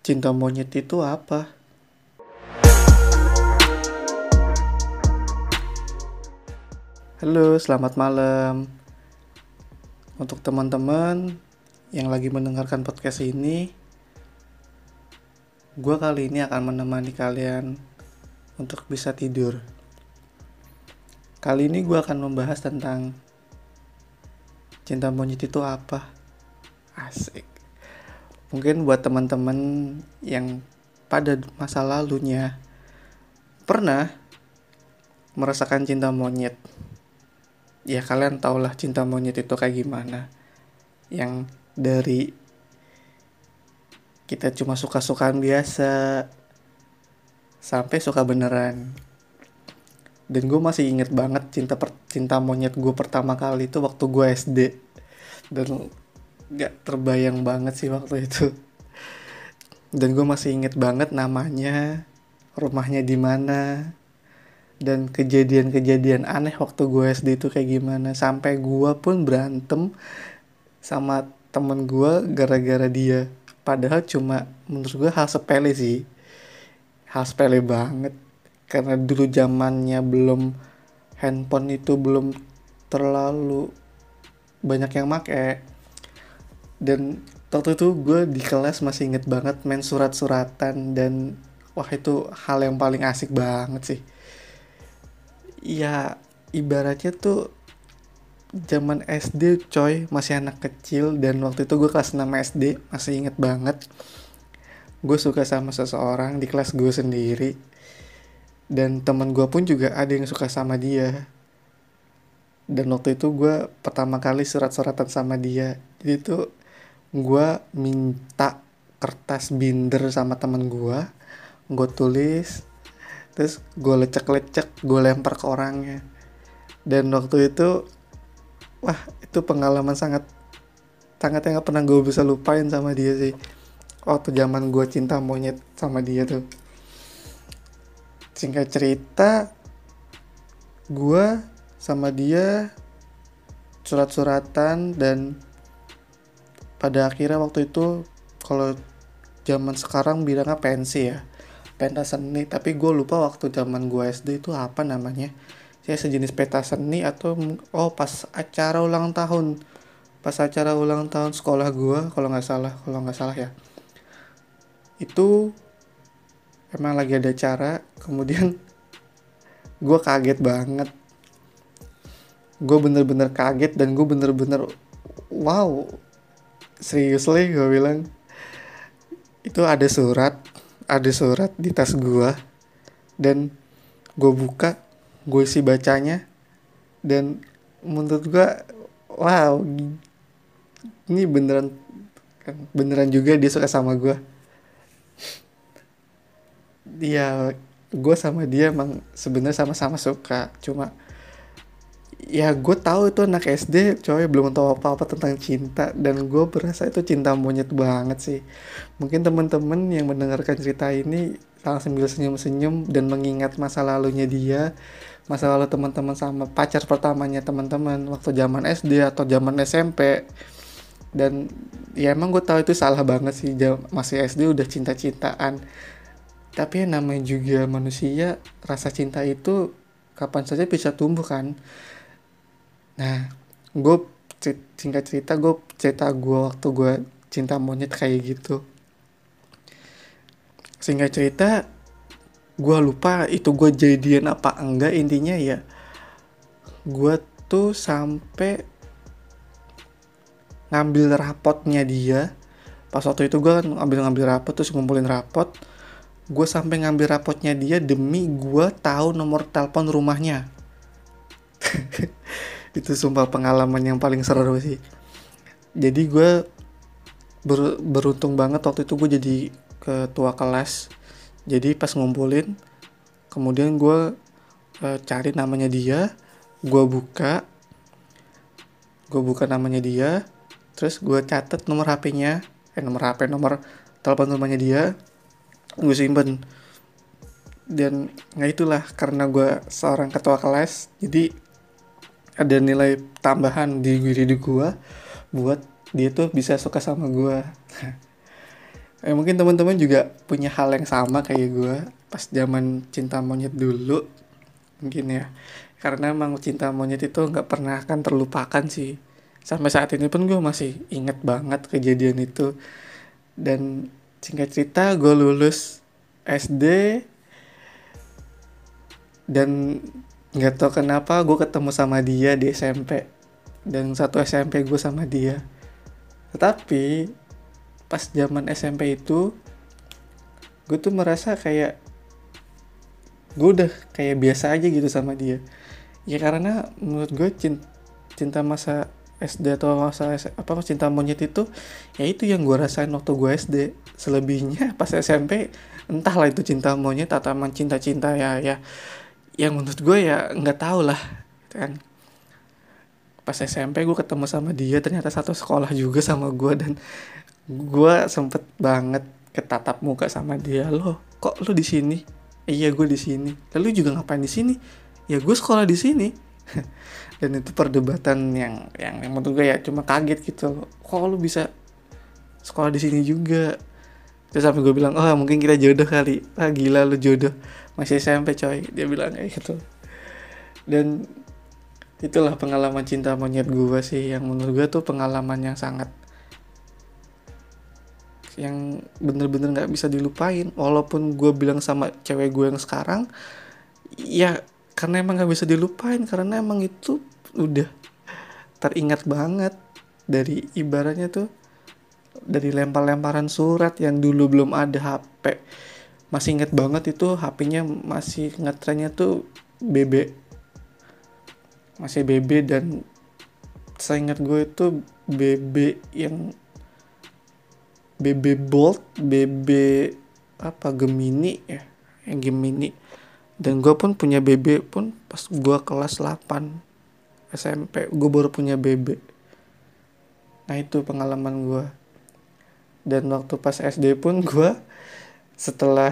Cinta monyet itu apa? Halo, selamat malam. Untuk teman-teman yang lagi mendengarkan podcast ini, gue kali ini akan menemani kalian untuk bisa tidur. Kali ini gue akan membahas tentang cinta monyet itu apa. Asik. Mungkin buat teman-teman yang pada masa lalunya pernah merasakan cinta monyet. Ya kalian tahulah cinta monyet itu kayak gimana. Yang dari kita cuma suka-sukaan biasa sampai suka beneran. Dan gue masih inget banget cinta monyet gue pertama kali itu waktu gue SD. Dan gak terbayang banget sih waktu itu. Dan gue masih inget banget namanya, rumahnya di mana, dan kejadian-kejadian aneh waktu gue SD itu kayak gimana. Sampai gue pun berantem sama temen gue gara-gara dia. Padahal cuma menurut gue hal sepele sih. Hal sepele banget. Karena dulu zamannya belum, handphone itu belum terlalu banyak yang make. Dan waktu itu gue di kelas masih inget banget main surat-suratan. Dan wah itu hal yang paling asik banget sih. Ya ibaratnya tuh zaman SD coy, masih anak kecil. Dan waktu itu gue kelas 6 SD, masih inget banget. Gue suka sama seseorang di kelas gue sendiri. Dan teman gue pun juga ada yang suka sama dia. Dan waktu itu gue pertama kali surat-suratan sama dia. Jadi tuh gue minta kertas binder sama teman gue tulis, terus gue lecek-lecek, gue lempar ke orangnya. Dan waktu itu, wah itu pengalaman sangat yang gak pernah gue bisa lupain sama dia sih. Waktu zaman gue cinta monyet sama dia tuh. Singkat cerita, gue sama dia surat-suratan. Dan pada akhirnya waktu itu, kalau zaman sekarang bilangnya pensi ya, pentas seni. Tapi gue lupa waktu zaman gue SD itu apa namanya. Saya sejenis peta seni atau pas acara ulang tahun. Pas acara ulang tahun sekolah gue kalau nggak salah ya. Itu emang lagi ada acara, kemudian gue kaget banget. Gue bener-bener kaget dan gue bener-bener wow. Seriously gue bilang. Itu ada surat di tas gue. Dan gue buka, gue isi bacanya. Dan menurut gue, wow, ini beneran juga dia suka sama gue. Dia, gue sama dia emang sebenarnya sama-sama suka. Cuma ya gue tahu itu anak SD coy, belum tahu apa-apa tentang cinta. Dan gue berasa itu cinta monyet banget sih. Mungkin teman-teman yang mendengarkan cerita ini sambil senyum-senyum dan mengingat masa lalunya dia, masa lalu teman-teman sama pacar pertamanya teman-teman waktu zaman SD atau zaman SMP. Dan ya emang gue tahu itu salah banget sih, masih SD udah cinta-cintaan. Tapi yang namanya juga manusia, rasa cinta itu kapan saja bisa tumbuh kan. Nah, gue singkat cerita, gue waktu gue cinta monyet kayak gitu. Singkat cerita, gue lupa itu gue jadian apa enggak. Intinya ya, gue tuh sampai ngambil rapotnya dia. Pas waktu itu gue ngambil rapot, terus ngumpulin rapot. Gue sampai ngambil rapotnya dia demi gue tahu nomor telepon rumahnya. Itu sumpah pengalaman yang paling seru sih. Jadi gue beruntung banget waktu itu gue jadi ketua kelas. Jadi pas ngumpulin, kemudian gue cari namanya dia, gue buka namanya dia, terus gue catat nomor nomor telepon rumahnya dia, gue simpen. Dan itulah, karena gue seorang ketua kelas, jadi ada nilai tambahan di diri gue buat dia tuh bisa suka sama gue. Mungkin teman-teman juga punya hal yang sama kayak gue pas zaman cinta monyet dulu mungkin ya, karena emang cinta monyet itu nggak pernah akan terlupakan sih. Sampai saat ini pun gue masih inget banget kejadian itu. Dan singkat cerita gue lulus SD dan nggak tahu kenapa gue ketemu sama dia di SMP, dan satu SMP gue sama dia. Tetapi pas zaman SMP itu gue tuh merasa kayak gue udah kayak biasa aja gitu sama dia. Ya karena menurut gue cinta masa SD atau cinta monyet itu ya itu yang gue rasain waktu gue SD. Selebihnya pas SMP entahlah itu cinta monyet atau emang cinta-cinta ya yang menurut gue ya nggak tahu lah gitu kan. Pas SMP gue ketemu sama dia, ternyata satu sekolah juga sama gue, dan gue sempet banget ketatap muka sama dia. Loh kok lu di sini? Iya gue di sini. Lalu juga ngapain di sini? Ya gue sekolah di sini. Dan itu perdebatan yang menurut gue ya cuma kaget gitu. Kok lu bisa sekolah di sini juga? Terus sampai gue bilang, oh mungkin kita jodoh kali. Ah gila lu jodoh, masih SMP coy. Dia bilang kayak gitu. Dan itulah pengalaman cinta monyet gue sih, yang menurut gue tuh pengalaman yang bener-bener nggak bisa dilupain. Walaupun gue bilang sama cewek gue yang sekarang, ya karena emang nggak bisa dilupain, karena emang itu udah teringat banget. Dari ibaratnya tuh dari lempar-lemparan surat yang dulu belum ada HP. Masih inget banget itu HP-nya masih ngetrennya tuh BB. Masih BB, dan saya ingat gue itu BB yang BB Bold, BB apa Gemini ya, yang Gemini. Dan gue pun punya BB pun pas gue kelas 8 SMP, gue baru punya BB. Nah itu pengalaman gue. Dan waktu pas SD pun gue setelah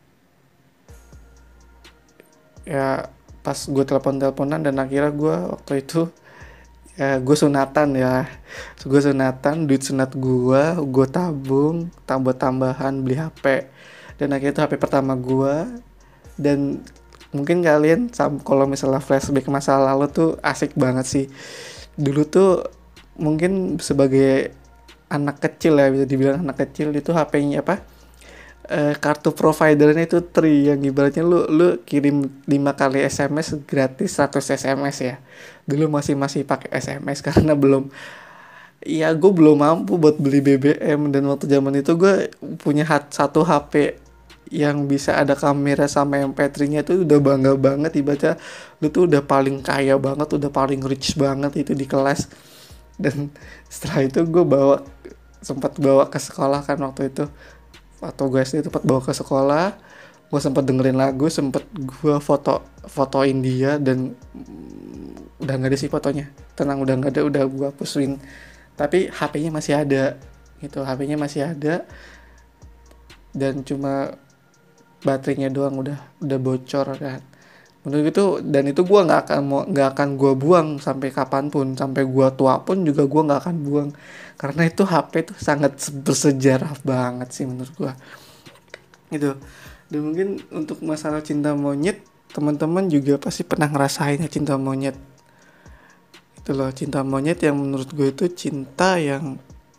ya pas gue telepon-teleponan, dan akhirnya gue waktu itu ya gue sunatan ya. Gue sunatan, duit sunat gue tabung, tambah-tambahan beli HP. Dan akhirnya itu HP pertama gue. Dan mungkin kalian kalau misalnya flashback masa lalu tuh asik banget sih. Dulu tuh mungkin sebagai anak kecil ya, bisa dibilang anak kecil, itu HP-nya apa? Kartu providernya itu Tri, yang ibaratnya lu kirim 5 kali SMS gratis 100 SMS ya. Dulu masih pakai SMS karena belum, ya gue belum mampu buat beli BBM. Dan waktu zaman itu gue punya satu HP yang bisa ada kamera sama MP3-nya, itu udah bangga banget. Ibaratnya lu tuh udah paling kaya banget, udah paling rich banget itu di kelas. Dan setelah itu gue sempat bawa ke sekolah kan waktu itu. Atau gue SD tempat bawa ke sekolah, gue sempat dengerin lagu, sempat gue fotoin dia, dan udah nggak ada sih fotonya, tenang udah nggak ada, udah gue hapusin. Tapi HP-nya masih ada, gitu, HP-nya masih ada, dan cuma baterainya doang udah bocor kan. Menurut itu, dan itu gue nggak akan gue buang sampai kapanpun, sampai gue tua pun juga gue nggak akan buang, karena itu HP tuh sangat bersejarah banget sih menurut gue gitu. Dan mungkin untuk masalah cinta monyet, teman-teman juga pasti pernah ngerasain ya cinta monyet itu loh. Cinta monyet yang menurut gue itu cinta yang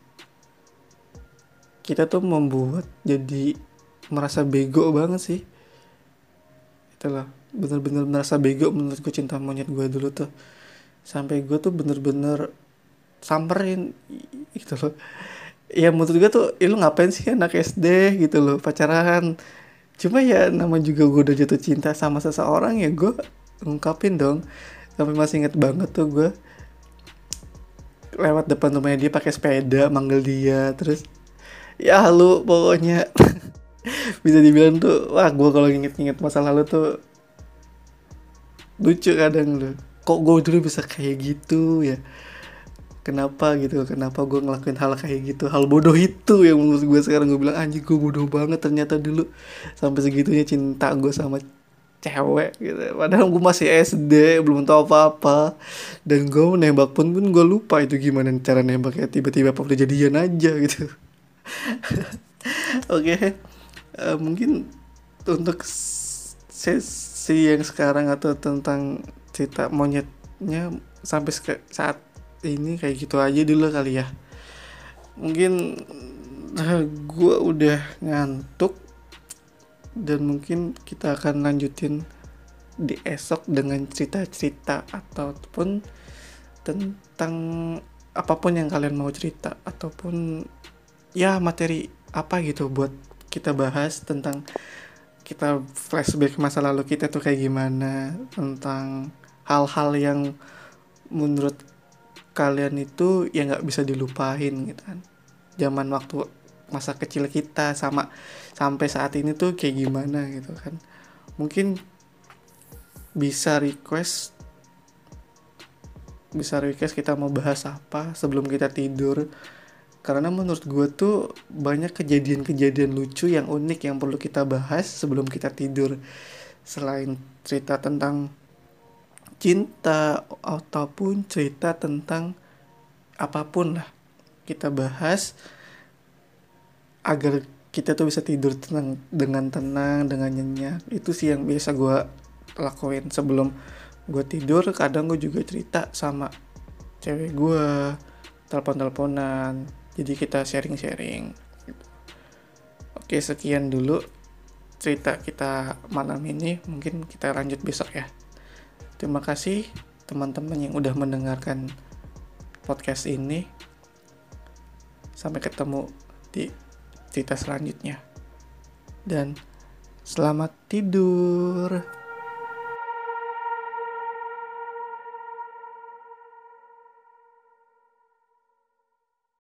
kita tuh membuat jadi merasa bego banget sih. Itu loh, bener-bener merasa bego menurut gue cinta monyet gue dulu tuh. Sampai gue tuh bener-bener samperin gitu loh. Ya menurut gue tuh, lu ngapain sih anak SD gitu loh pacaran. Cuma ya nama juga gue udah jatuh cinta sama seseorang, ya gue ungkapin dong. Sampai masih inget banget tuh gue lewat depan rumahnya dia pakai sepeda, manggil dia, terus ya lu pokoknya bisa dibilang tuh, wah gue kalau inget-inget masa lalu tuh lucu kadang loh. Kok gue dulu bisa kayak gitu ya? Kenapa gue ngelakuin hal kayak gitu, hal bodoh itu yang menurut gue sekarang gue bilang anjing gue bodoh banget ternyata dulu sampai segitunya cinta gue sama cewek gitu. Padahal gue masih SD, belum tahu apa-apa, dan gue nembak pun gue lupa itu gimana cara nembaknya, tiba-tiba apa udah jadian aja gitu. Oke, mungkin untuk sesi yang sekarang atau tentang cerita monyetnya sampai saat ini kayak gitu aja dulu kali ya. Mungkin gue udah ngantuk dan mungkin kita akan lanjutin di esok dengan cerita-cerita ataupun tentang apapun yang kalian mau cerita ataupun ya materi apa gitu buat kita bahas tentang kita flashback masa lalu kita tuh kayak gimana, tentang hal-hal yang menurut kalian itu ya nggak bisa dilupain gitu kan, zaman waktu masa kecil kita sama sampai saat ini tuh kayak gimana gitu kan. Mungkin bisa request kita mau bahas apa sebelum kita tidur, karena menurut gue tuh banyak kejadian-kejadian lucu yang unik yang perlu kita bahas sebelum kita tidur. Selain cerita tentang cinta ataupun cerita tentang apapun lah, kita bahas agar kita tuh bisa tidur dengan tenang, dengan nyenyak. Itu sih yang biasa gue lakuin sebelum gue tidur. Kadang gue juga cerita sama cewek gue, telepon-teleponan, jadi kita sharing-sharing. Oke, sekian dulu cerita kita malam ini. Mungkin kita lanjut besok ya. Terima kasih teman-teman yang udah mendengarkan podcast ini. Sampai ketemu di cerita selanjutnya. Dan selamat tidur.